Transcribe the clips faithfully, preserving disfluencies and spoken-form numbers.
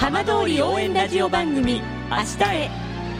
浜通り応援ラジオ番組明日へ。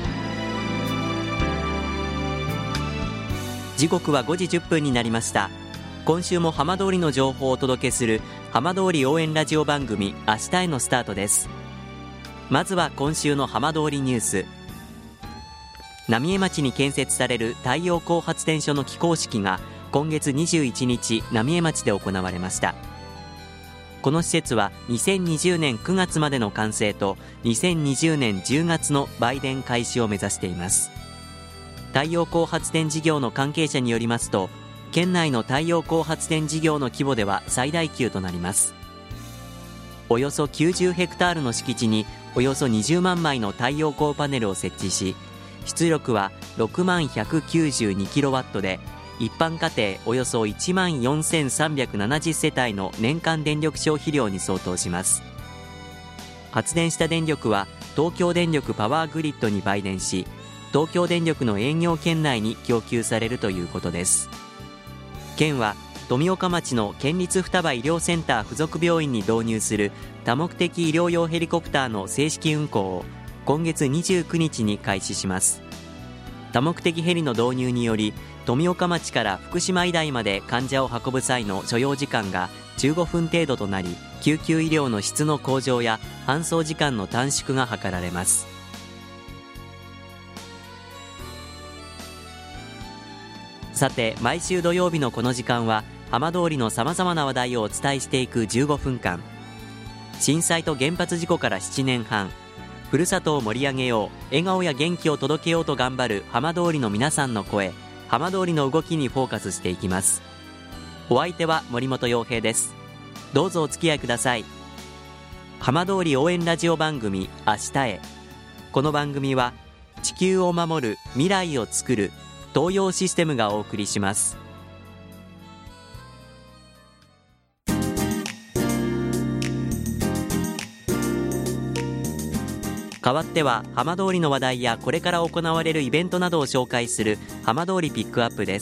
時刻はごじじゅっぷんになりました。今週も浜通りの情報をお届けする浜通り応援ラジオ番組明日へのスタートです。まずは今週の浜通りニュース。浪江町に建設される太陽光発電所の起工式が今月にじゅういちにち浪江町で行われました。この施設はにせんにじゅうねんくがつまでの完成とにせんにじゅうねんじゅうがつの売電開始を目指しています。太陽光発電事業の関係者によりますと、県内の太陽光発電事業の規模では最大級となります。およそきゅうじゅうヘクタールの敷地におよそにじゅうまんまいの太陽光パネルを設置し、出力はろくまんひゃくきゅうじゅうにキロワットで、一般家庭およそいちまんよんせんさんびゃくななじゅうせたいの年間電力消費量に相当します。発電した電力は東京電力パワーグリッドに売電し、東京電力の営業圏内に供給されるということです。県は富岡町の県立双葉医療センター附属病院に導入する多目的医療用ヘリコプターの正式運航を今月にじゅうくにちに開始します。多目的ヘリの導入により、富岡町から福島医大まで患者を運ぶ際の所要時間がじゅうごふん程度となり、救急医療の質の向上や搬送時間の短縮が図られます。さて、毎週土曜日のこの時間は浜通りのさまざまな話題をお伝えしていくじゅうごふんかん。震災と原発事故からななねんはん、ふるさとを盛り上げよう、笑顔や元気を届けようと頑張る浜通りの皆さんの声、浜通りの動きにフォーカスしていきます。お相手は森本洋平です。どうぞお付き合いください。浜通り応援ラジオ番組明日へ。この番組は地球を守る、未来をつくる東洋システムがお送りします。代わっては浜通りの話題やこれから行われるイベントなどを紹介する浜通りピックアップです。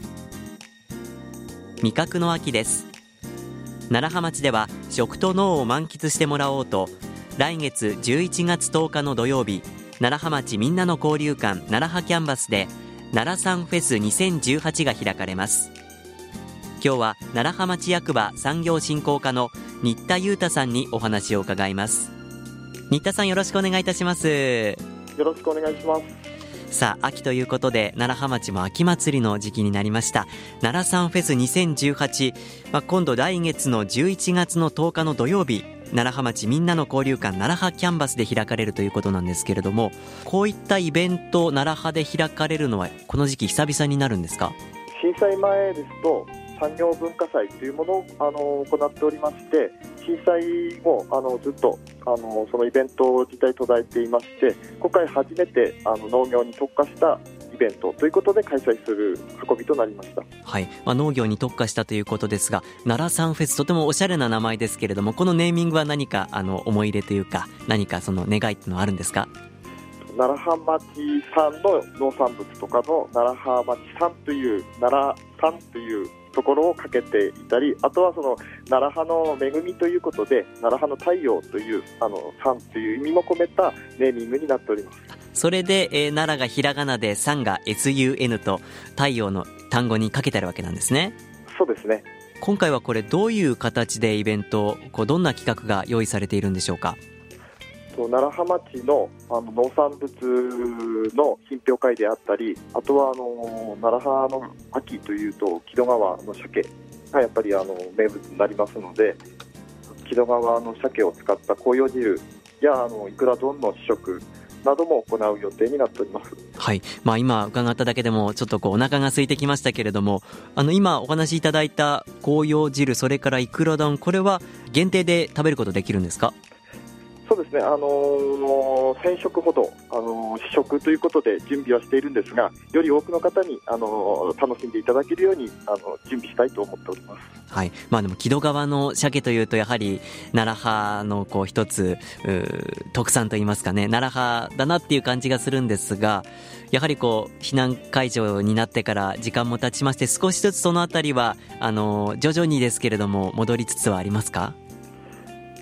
味覚の秋です。楢葉町では食と農を満喫してもらおうと、来月じゅういちがつとおかの土曜日、楢葉町みんなの交流館楢葉キャンバスで楢さんフェスにせんじゅうはちが開かれます。今日は楢葉町役場産業振興課の新田裕太さんにお話を伺います。新田さん、よろしくお願いいたします。 よろしくお願いします。 さあ、秋ということで楢葉町も秋祭りの時期になりました。楢さんフェスにせんじゅうはち、まあ、今度来月のじゅういちがつのとおかの土曜日、楢葉町みんなの交流館楢葉キャンバスで開かれるということなんですけれども、こういったイベント楢葉で開かれるのはこの時期久々になるんですか？ 震災前ですと産業文化祭というものをあの行っておりまして、震災後あのずっとあのそのイベント自体途絶えていまして、今回初めてあの農業に特化したイベントということで開催する運びとなりました。 はい、まあ、農業に特化したということですが、楢さんフェス、とてもおしゃれな名前ですけれども、このネーミングは何かあの思い入れというか、何かその願いっていうのはあるんですか？ 楢葉町産の農産物とかの楢葉町産という楢産というところをかけていたり、あとはその楢葉の恵みということで楢葉の太陽というあの産という意味も込めたネーミングになっております。 それで、えー、奈良がひらがなで産が エスユーエヌ と太陽の単語にかけてあるわけなんですね。 そうですね。 今回はこれどういう形でイベント、こうどんな企画が用意されているんでしょうか？ 楢葉町 の, あの農産物の品評会であったり、あとはあの楢葉の秋というと木戸川の鮭がやっぱりあの名物になりますので、木戸川の鮭を使った紅葉汁やあのいくら丼の試食なども行う予定になっております。 はい、まあ、今伺っただけでもちょっとこうお腹が空いてきましたけれども、あの今お話しいただいた紅葉汁、それからいくら丼、これは限定で食べることできるんですか？ そうですね、あのー、せんしょくほど、あのー、試食ということで準備はしているんですが、より多くの方に、あのー、楽しんでいただけるように、あの準備したいと思っております。 はい、まあ、でも木戸川の鮭というとやはり楢葉のこう一つ特産といいますかね、楢葉だなっていう感じがするんですが、やはりこう避難解除になってから時間も経ちまして、少しずつそのあたりはあの徐々にですけれども戻りつつはありますか？ 震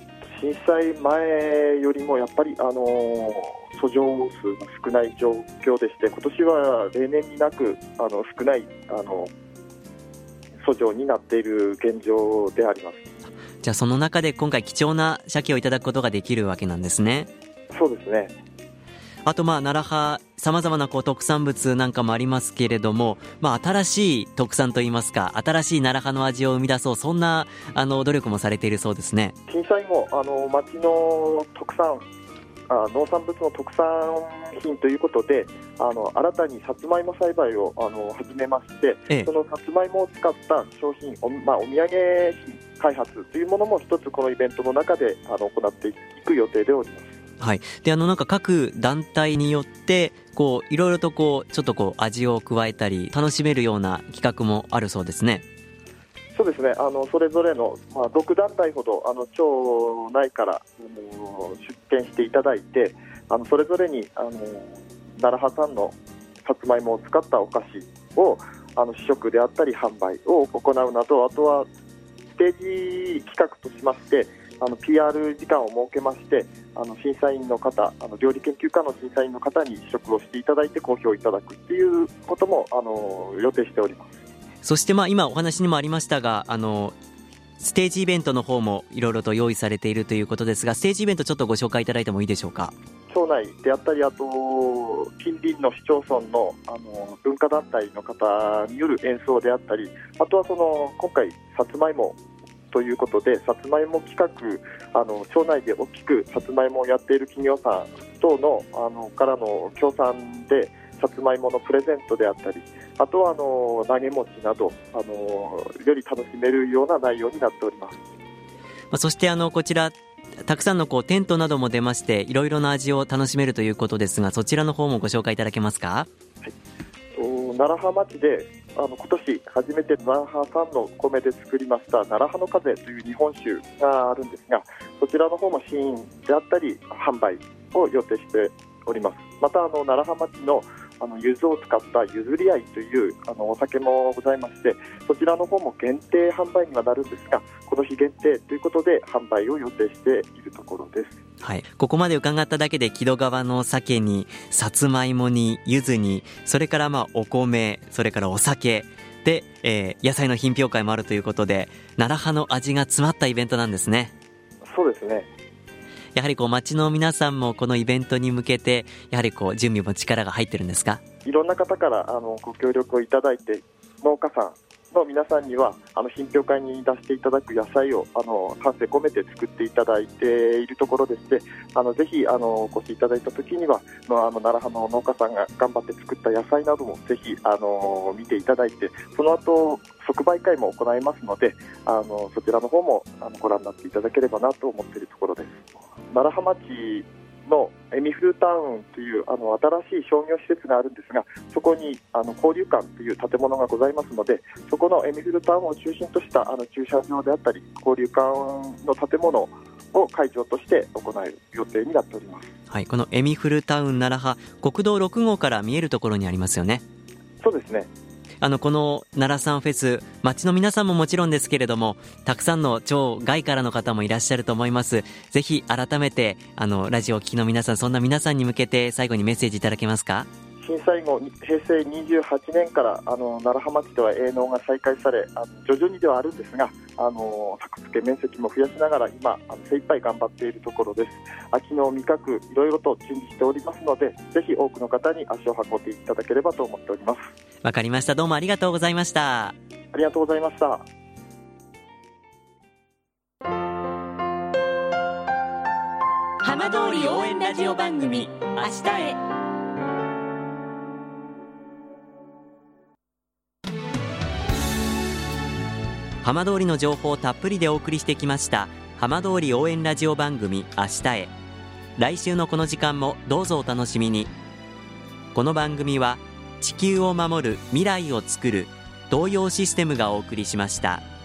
震災前よりもやっぱり、あの訴状数が少ない状況でして、今年は例年になくあの少ないあの訴状になっている現状であります。 じゃあその中で今回貴重な鮭をいただくことができるわけなんですね。 そうですね。 あとまあ楢葉さまざまなこう特産物なんかもありますけれども、まあ、新しい特産といいますか、新しい楢葉の味を生み出そう、そんなあの努力もされているそうですね。 震災後、あの町の特産あ農産物の特産品ということで、あの新たにさつまいも栽培をあの始めまして、ええ、そのさつまいもを使った商品、お、まあ、お土産品開発というものも一つこのイベントの中であの行っていく予定でおります。 はい、であのなんか各団体によってこういろいろとこうちょっとこう味を加えたり楽しめるような企画もあるそうですね。 そうですね、あのそれぞれの、まあ、ろく団体ほどあの町内からあの出店していただいて、あのそれぞれにあの楢葉産のさつまいもを使ったお菓子をあの試食であったり販売を行うなど、あとはステージ企画としましてあの ピーアール 時間を設けまして、あの審査員の方、あの料理研究家の審査員の方に試食をしていただいて好評いただくっていうこともあの予定しております。 そしてまあ今お話にもありましたが、あのステージイベントの方もいろいろと用意されているということですが、ステージイベントちょっとご紹介いただいてもいいでしょうか。 町内であったり、あと近隣の市町村の、あの文化団体の方による演奏であったり、あとはその今回さつまいもということで、さつまいも企画、あの町内で大きくさつまいもをやっている企業さん等の、あのからの協賛でさつまいものプレゼントであったり、あとはあの投げ餅などあのより楽しめるような内容になっております。 まあ、そしてあのこちらたくさんのこうテントなども出まして、いろいろな味を楽しめるということですが、そちらの方もご紹介いただけますか。 はい、楢葉町であの今年初めて楢葉産の米で作りました楢葉の風という日本酒があるんですが、そちらの方も試飲であったり販売を予定しております。またあの楢葉町のあの柚子を使ったゆずりあいというあのお酒もございまして、そちらの方も限定販売にはなるんですが、この日限定ということで販売を予定しているところです。 はい、ここまで伺っただけで木戸川の鮭にさつまいもに柚子に、それからまあお米、それからお酒で、えー、野菜の品評会もあるということで、楢葉の味が詰まったイベントなんですね。 そうですね。 やはりこう町の皆さんもこのイベントに向けてやはりこう準備も力が入ってるんですか。 いろんな方からあのご協力をいただいて、農家さんの皆さんにはあの品評会に出していただく野菜をあの丹精込めて作っていただいているところでして、あのぜひあのお越しいただいた時にはあの楢葉の農家さんが頑張って作った野菜などもぜひあの見ていただいて、その後即売会も行いますので、あのそちらの方もあのご覧になっていただければなと思っているところです。楢葉町のエミフルタウンというあの新しい商業施設があるんですが、そこにあの交流館という建物がございますので、そこのエミフルタウンを中心としたあの駐車場であったり交流館の建物を会場として行う予定になっております。 はい、このエミフルタウン楢葉、国道ろく号から見えるところにありますよね。 そうですね。 あのこの楢葉さんフェス、町の皆さんももちろんですけれども、たくさんの町外からの方もいらっしゃると思います。ぜひ改めてあのラジオを聴きの皆さん、そんな皆さんに向けて最後にメッセージいただけますか。 震災後へいせいにじゅうはちねんからあの楢葉町では営農が再開され、あの徐々にではあるんですが、あの作付け面積も増やしながら今あの精一杯頑張っているところです。秋の味覚いろいろと準備しておりますので、ぜひ多くの方に足を運んでいただければと思っております。 わかりました。どうもありがとうございました。 ありがとうございました。 浜通り応援ラジオ番組明日へ。 浜通りの情報をたっぷりでお送りしてきました浜通り応援ラジオ番組明日へ。来週のこの時間もどうぞお楽しみに。この番組は地球を守る未来をつくる東洋システムがお送りしました。